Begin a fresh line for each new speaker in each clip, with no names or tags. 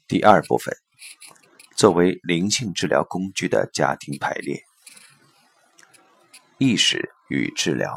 第二部分，作为灵性治疗工具的家庭排列。意识与治疗。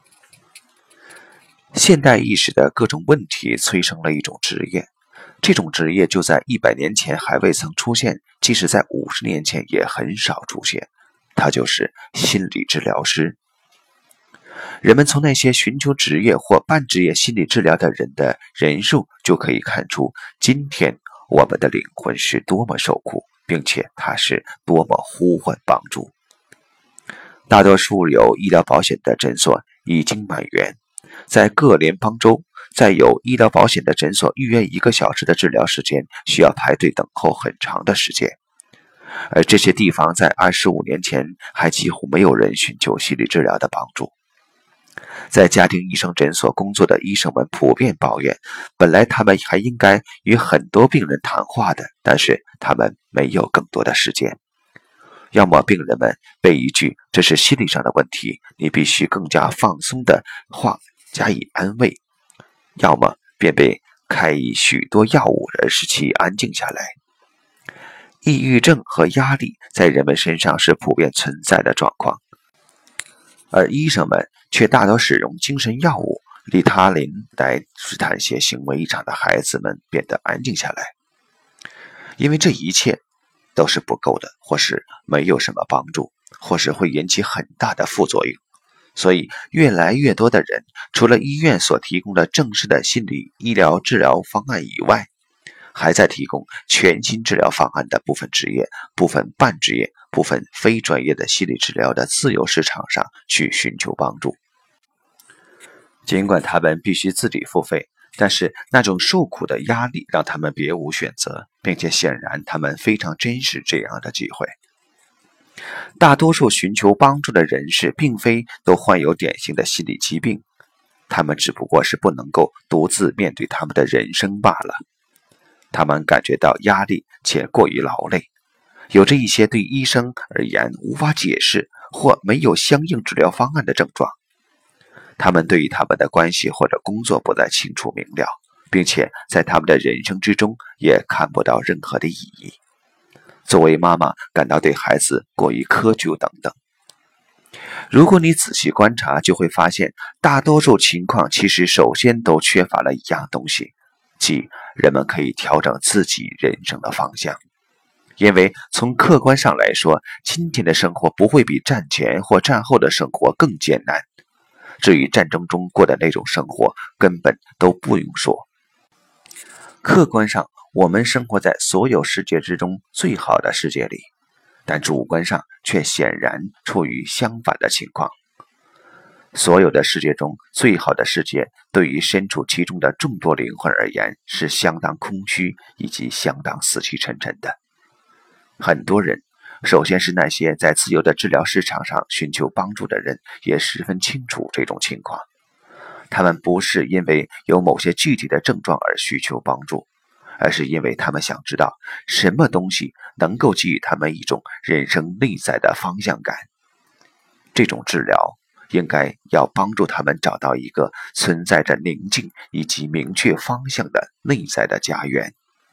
现代意识的各种问题催生了一种职业，这种职业就在100年前还未曾出现，即使在50年前也很少出现，它就是心理治疗师。人们从那些寻求职业或半职业心理治疗的人的人数就可以看出，今天我们的灵魂是多么受苦，并且它是多么呼唤帮助。大多数有医疗保险的诊所已经满员，在各联邦州，在有医疗保险的诊所预约1个小时的治疗时间，需要排队等候很长的时间。而这些地方在25年前还几乎没有人寻求心理治疗的帮助。在家庭医生诊所工作的医生们普遍抱怨，本来他们还应该与很多病人谈话的，但是他们没有更多的时间。要么病人们被一句这是心理上的问题，你必须更加放松的话加以安慰，要么便被开以许多药物而使其安静下来。抑郁症和压力在人们身上是普遍存在的状况，而医生们却大多使用精神药物利他林来试探些行为异常的孩子们变得安静下来，因为这一切都是不够的，或是没有什么帮助，或是会引起很大的副作用。所以越来越多的人除了医院所提供的正式的心理医疗治疗方案以外，还在提供全新治疗方案的部分职业、部分半职业、部分非专业的心理治疗的自由市场上去寻求帮助。尽管他们必须自己付费，但是那种受苦的压力让他们别无选择，并且显然他们非常珍视这样的机会。大多数寻求帮助的人士并非都患有典型的心理疾病，他们只不过是不能够独自面对他们的人生罢了。他们感觉到压力且过于劳累，有着一些对医生而言无法解释或没有相应治疗方案的症状。他们对于他们的关系或者工作不再清楚明了，并且在他们的人生之中也看不到任何的意义。作为妈妈感到对孩子过于苛求等等。如果你仔细观察，就会发现大多数情况其实首先都缺乏了一样东西，即人们可以调整自己人生的方向。因为从客观上来说，今天的生活不会比战前或战后的生活更艰难。至于战争中过的那种生活，根本都不用说。客观上，我们生活在所有世界之中最好的世界里，但主观上却显然处于相反的情况。所有的世界中最好的世界，对于身处其中的众多灵魂而言，是相当空虚以及相当死气沉沉的。很多人，首先是那些在自由的治疗市场上寻求帮助的人，也十分清楚这种情况。他们不是因为有某些具体的症状而需求帮助，而是因为他们想知道什么东西能够给予他们一种人生内在的方向感。这种治疗应该要帮助他们找到一个存在着宁静以及明确方向的内在的家园。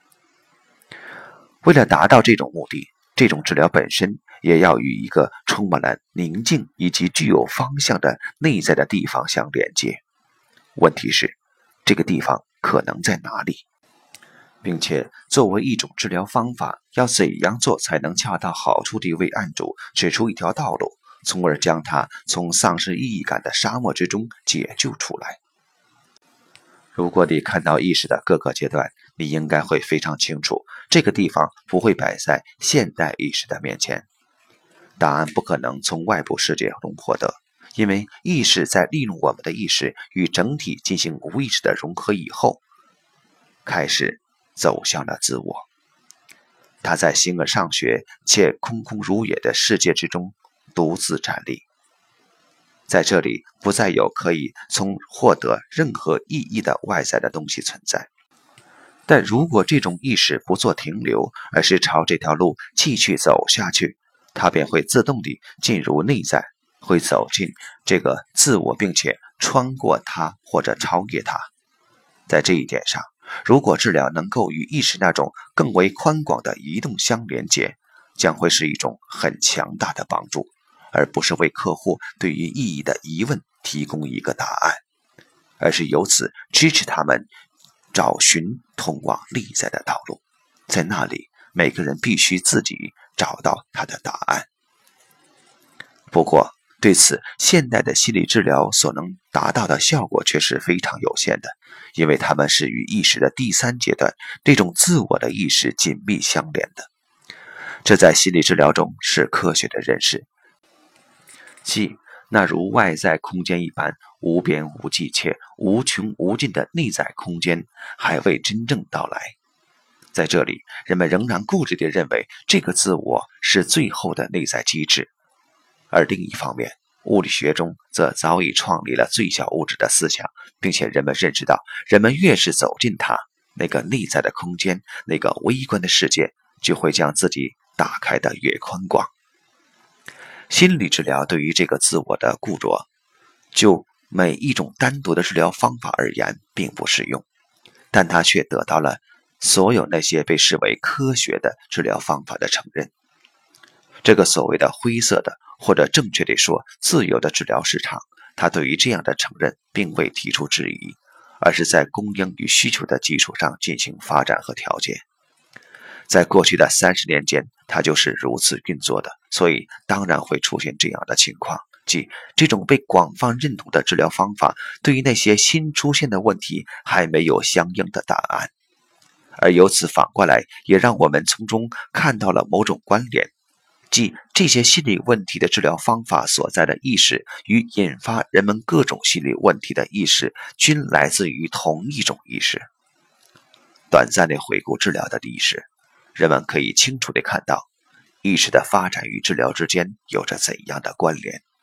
为了达到这种目的，这种治疗本身也要与一个充满了宁静以及具有方向的内在的地方相连接。问题是，这个地方可能在哪里？并且作为一种治疗方法，要怎样做才能恰到好处地为案主指出一条道路，从而将他从丧失意义感的沙漠之中解救出来？如果你看到意识的各个阶段，你应该会非常清楚，这个地方不会摆在现代意识的面前。答案不可能从外部世界中获得，因为意识在利用我们的意识与整体进行无意识的融合以后，开始走向了自我。他在形而上学且空空如也的世界之中独自站立。在这里不再有可以从获得任何意义的外在的东西存在。但如果这种意识不做停留，而是朝这条路继续走下去，它便会自动地进入内在，会走进这个自我，并且穿过它或者超越它。在这一点上， 如果治疗能够与意识那种更为宽广的移动相连接，将会是一种很强大的帮助，而不是为客户对于意义的疑问提供一个答案，而是由此支持他们找寻通往内在的道路。在那里，每个人必须自己找到他的答案。不过，对此，现代的心理治疗所能达到的效果却是非常有限的，因为它们是与意识的第三阶段，这种自我的意识紧密相连的。这在心理治疗中是科学的认识，即那如外在空间一般无边无际且无穷无尽的内在空间还未真正到来。在这里，人们仍然固执地认为这个自我是最后的内在机制，而另一方面，物理学中则早已创立了最小物质的思想，并且人们认识到，人们越是走进它，那个内在的空间，那个微观的世界，就会将自己打开得越宽广。心理治疗对于这个自我的固着，就每一种单独的治疗方法而言并不适用，但它却得到了所有那些被视为科学的治疗方法的承认。这个所谓的灰色的，或者正确地说自由的治疗市场，它对于这样的承认并未提出质疑，而是在供应与需求的基础上进行发展和调节。在过去的30年间，它就是如此运作的，所以当然会出现这样的情况，即这种被广泛认同的治疗方法对于那些新出现的问题还没有相应的答案，而由此反过来也让我们从中看到了某种关联，即这些心理问题的治疗方法所在的意识与引发人们各种心理问题的意识均来自于同一种意识。短暂地回顾治疗的历史，人们可以清楚地看到意识的发展与治疗之间有着怎样的关联。